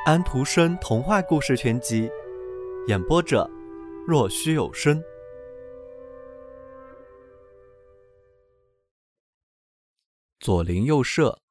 安徒生童话故事全集，演播者若虚有声。左邻右舍，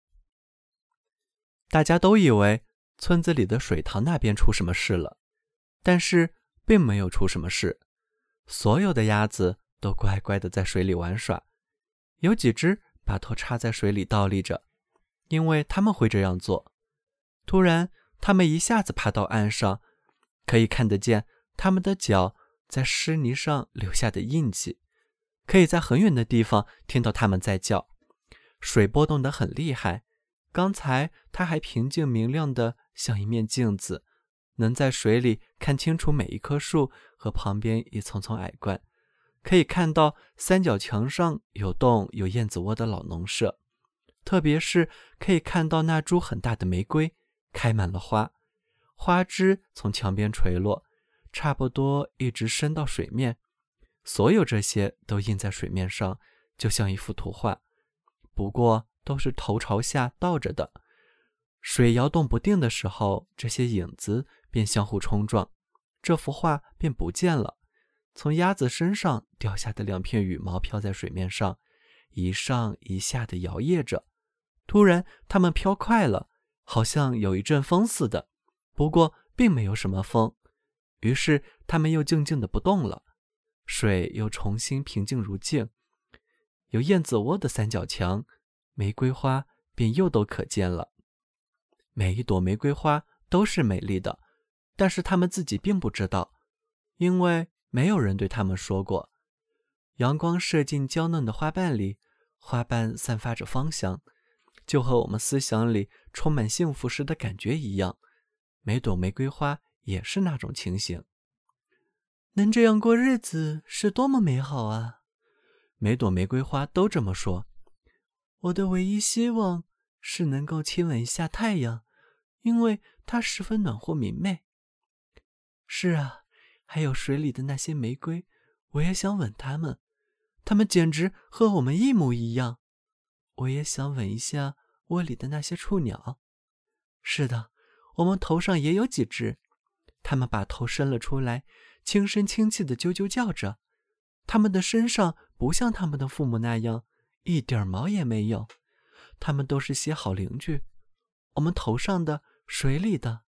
大家都以为村子里的水塘那边出什么事了，但是并没有出什么事。所有的鸭子都乖乖地在水里玩耍，有几只把头插在水里倒立着，因为它们会这样做。突然它们一下子爬到岸上，可以看得见它们的脚在湿泥上留下的印记，可以在很远的地方听到它们在叫。水波动得很厉害，刚才它还平静明亮的像一面镜子，能在水里看清楚每一棵树和旁边一丛丛矮灌，可以看到三角墙上有洞有燕子窝的老农舍，特别是可以看到那株很大的玫瑰开满了花，花枝从墙边垂落，差不多一直伸到水面。所有这些都印在水面上，就像一幅图画，不过都是头朝下倒着的。水摇动不定的时候，这些影子便相互冲撞，这幅画便不见了。从鸭子身上掉下的2片羽毛飘在水面上，一上一下地摇曳着。突然它们飘快了，好像有一阵风似的，不过并没有什么风。于是它们又静静地不动了，水又重新平静如镜。有燕子窝的三角墙，玫瑰花便又都可见了。每一朵玫瑰花都是美丽的，但是它们自己并不知道，因为没有人对它们说过。阳光射进娇嫩的花瓣里，花瓣散发着芳香，就和我们思想里充满幸福时的感觉一样。每朵玫瑰花也是那种情形。能这样过日子是多么美好啊！每朵玫瑰花都这么说。我的唯一希望是能够亲吻一下太阳，因为它十分暖和明媚。是啊，还有水里的那些玫瑰，我也想吻它们，它们简直和我们一模一样。我也想吻一下窝里的那些雏鸟。是的，我们头上也有几只，它们把头伸了出来，轻声轻气地啾啾叫着。它们的身上不像它们的父母那样一点毛也没有，它们都是些好邻居，我们头上的，水里的。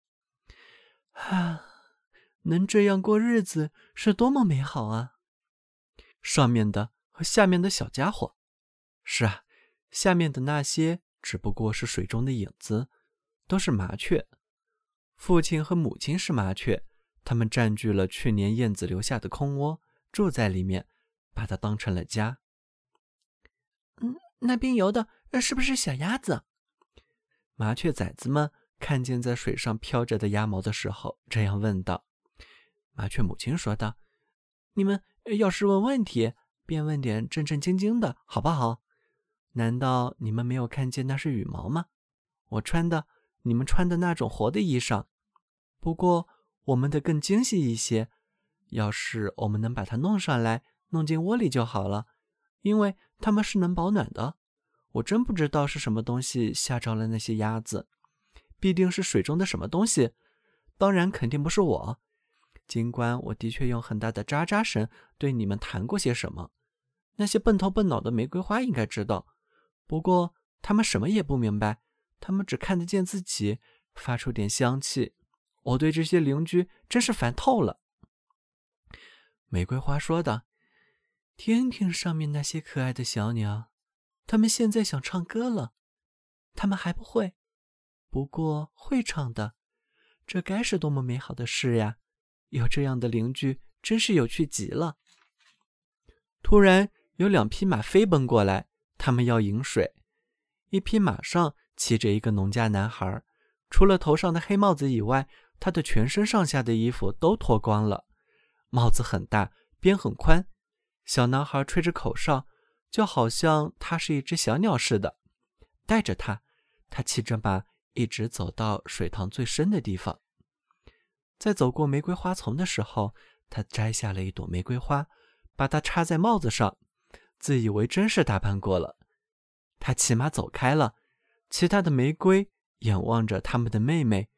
能这样过日子是多么美好啊！上面的和下面的小家伙，是啊，下面的那些只不过是水中的影子，都是麻雀。父亲和母亲是麻雀，他们占据了去年燕子留下的空窝，住在里面，把它当成了家。那边游的是不是小鸭子？麻雀崽子们看见在水上飘着的鸭毛的时候，这样问道。麻雀母亲说道：你们要是问问题，便问点正正经经的，好不好？难道你们没有看见那是羽毛吗？我穿的，你们穿的那种活的衣裳，不过我们的更精细一些。要是我们能把它弄上来，弄进窝里就好了，因为它们是能保暖的。我真不知道是什么东西吓着了那些鸭子，必定是水中的什么东西，当然肯定不是我。尽管我的确用很大的喳喳声对你们谈过些什么，那些笨头笨脑的玫瑰花应该知道，不过他们什么也不明白，他们只看得见自己发出点香气。我对这些邻居真是烦透了。玫瑰花说道：听听上面那些可爱的小鸟，他们现在想唱歌了。他们还不会，不过会唱的。这该是多么美好的事呀！有这样的邻居真是有趣极了。突然有2匹马飞奔过来，他们要饮水。一匹马上骑着一个农家男孩，除了头上的黑帽子以外，他的全身上下的衣服都脱光了。帽子很大，边很宽，小男孩吹着口哨，就好像他是一只小鸟似的。带着他骑着马一直走到水塘最深的地方。在走过玫瑰花丛的时候，他摘下了一朵玫瑰花，把它插在帽子上，自以为真是打扮过了。他骑马走开了，其他的玫瑰眼望着他们的妹妹，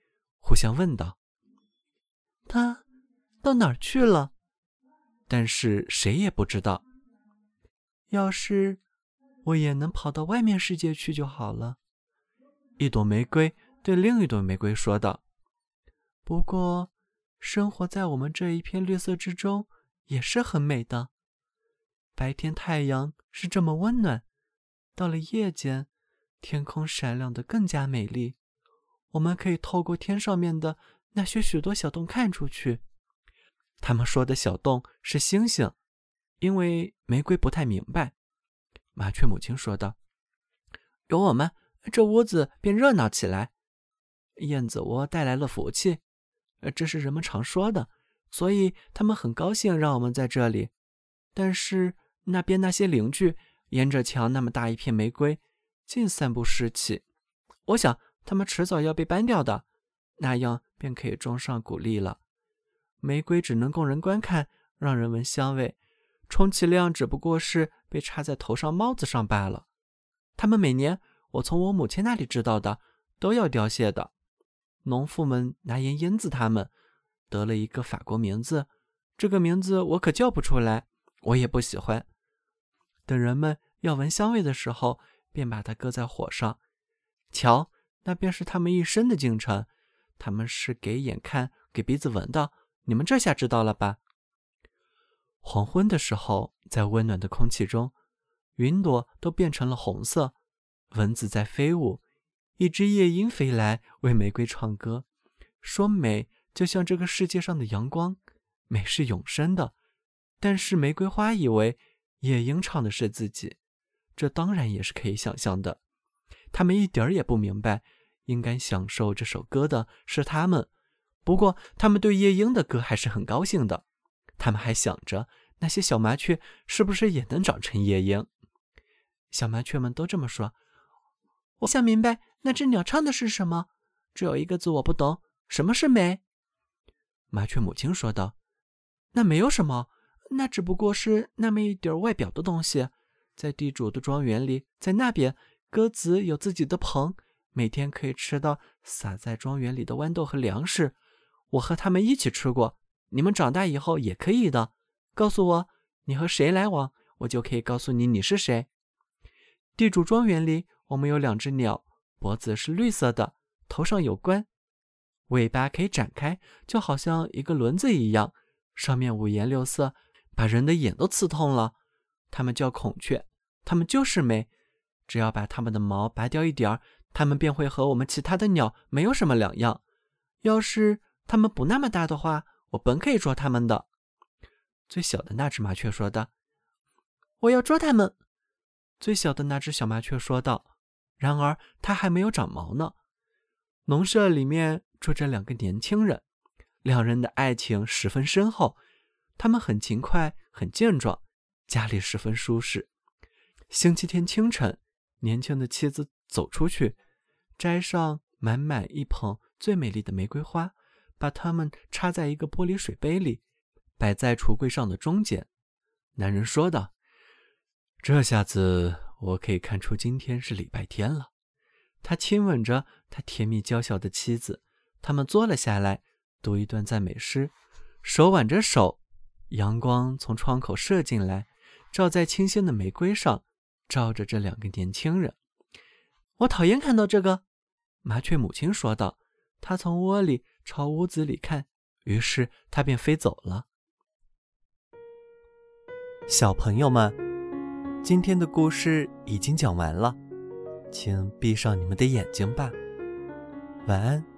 互相问道：“他到哪儿去了？”但是谁也不知道。要是我也能跑到外面世界去就好了。一朵玫瑰对另一朵玫瑰说道：“不过，生活在我们这一片绿色之中也是很美的。白天太阳是这么温暖，到了夜间，天空闪亮得更加美丽。我们可以透过天上面的那些许多小洞看出去。他们说的小洞是星星，因为玫瑰不太明白。”麻雀母亲说道：“有我们，这屋子便热闹起来。燕子窝带来了福气，这是人们常说的，所以他们很高兴让我们在这里。但是那边那些邻居沿着墙那么大一片玫瑰，尽散布湿气。我想他们迟早要被搬掉的，那样便可以种上谷粒了。玫瑰只能供人观看，让人闻香味，充其量只不过是被插在头上帽子上罢了。他们每年，我从我母亲那里知道的，都要凋谢的。农妇们拿盐腌渍它们，得了一个法国名字，这个名字我可叫不出来，我也不喜欢。等人们要闻香味的时候，便把它搁在火上。瞧，那便是他们一生的进程。他们是给眼看，给鼻子闻的。你们这下知道了吧？”黄昏的时候，在温暖的空气中，云朵都变成了红色，蚊子在飞舞，一只夜莺飞来为玫瑰唱歌，说美就像这个世界上的阳光，美是永生的。但是玫瑰花以为夜莺唱的是自己，这当然也是可以想象的。他们一点儿也不明白，应该享受这首歌的是他们。不过他们对夜莺的歌还是很高兴的。他们还想着那些小麻雀是不是也能长成夜莺。小麻雀们都这么说。我想明白那只鸟唱的是什么，只有一个字我不懂，什么是美？麻雀母亲说道：“那没有什么，那只不过是那么一点外表的东西。在地主的庄园里，在那边，鸽子有自己的棚，每天可以吃到撒在庄园里的豌豆和粮食。我和他们一起吃过，你们长大以后也可以的。告诉我，你和谁来往，我就可以告诉你你是谁。地主庄园里，我们有2只鸟，脖子是绿色的，头上有冠，尾巴可以展开，就好像一个轮子一样，上面5颜6色，把人的眼都刺痛了。它们叫孔雀，它们就是美。只要把它们的毛拔掉一点儿，它们便会和我们其他的鸟没有什么两样。要是它们不那么大的话，我本可以捉它们的。”最小的那只麻雀说道：“我要捉它们。”最小的那只小麻雀说道：“然而它还没有长毛呢。”农舍里面住着2个年轻人，2人的爱情十分深厚，他们很勤快，很健壮，家里十分舒适。星期天清晨，年轻的妻子走出去，摘上满满一捧最美丽的玫瑰花，把它们插在一个玻璃水杯里，摆在橱柜上的中间。男人说道：“这下子我可以看出今天是礼拜天了。”他亲吻着他甜蜜娇小的妻子，他们坐了下来，读一段赞美诗，手挽着手。阳光从窗口射进来，照在清新的玫瑰上，照着这2个年轻人。“我讨厌看到这个。”麻雀母亲说道。她从窝里朝屋子里看，于是她便飞走了。小朋友们，今天的故事已经讲完了，请闭上你们的眼睛吧，晚安。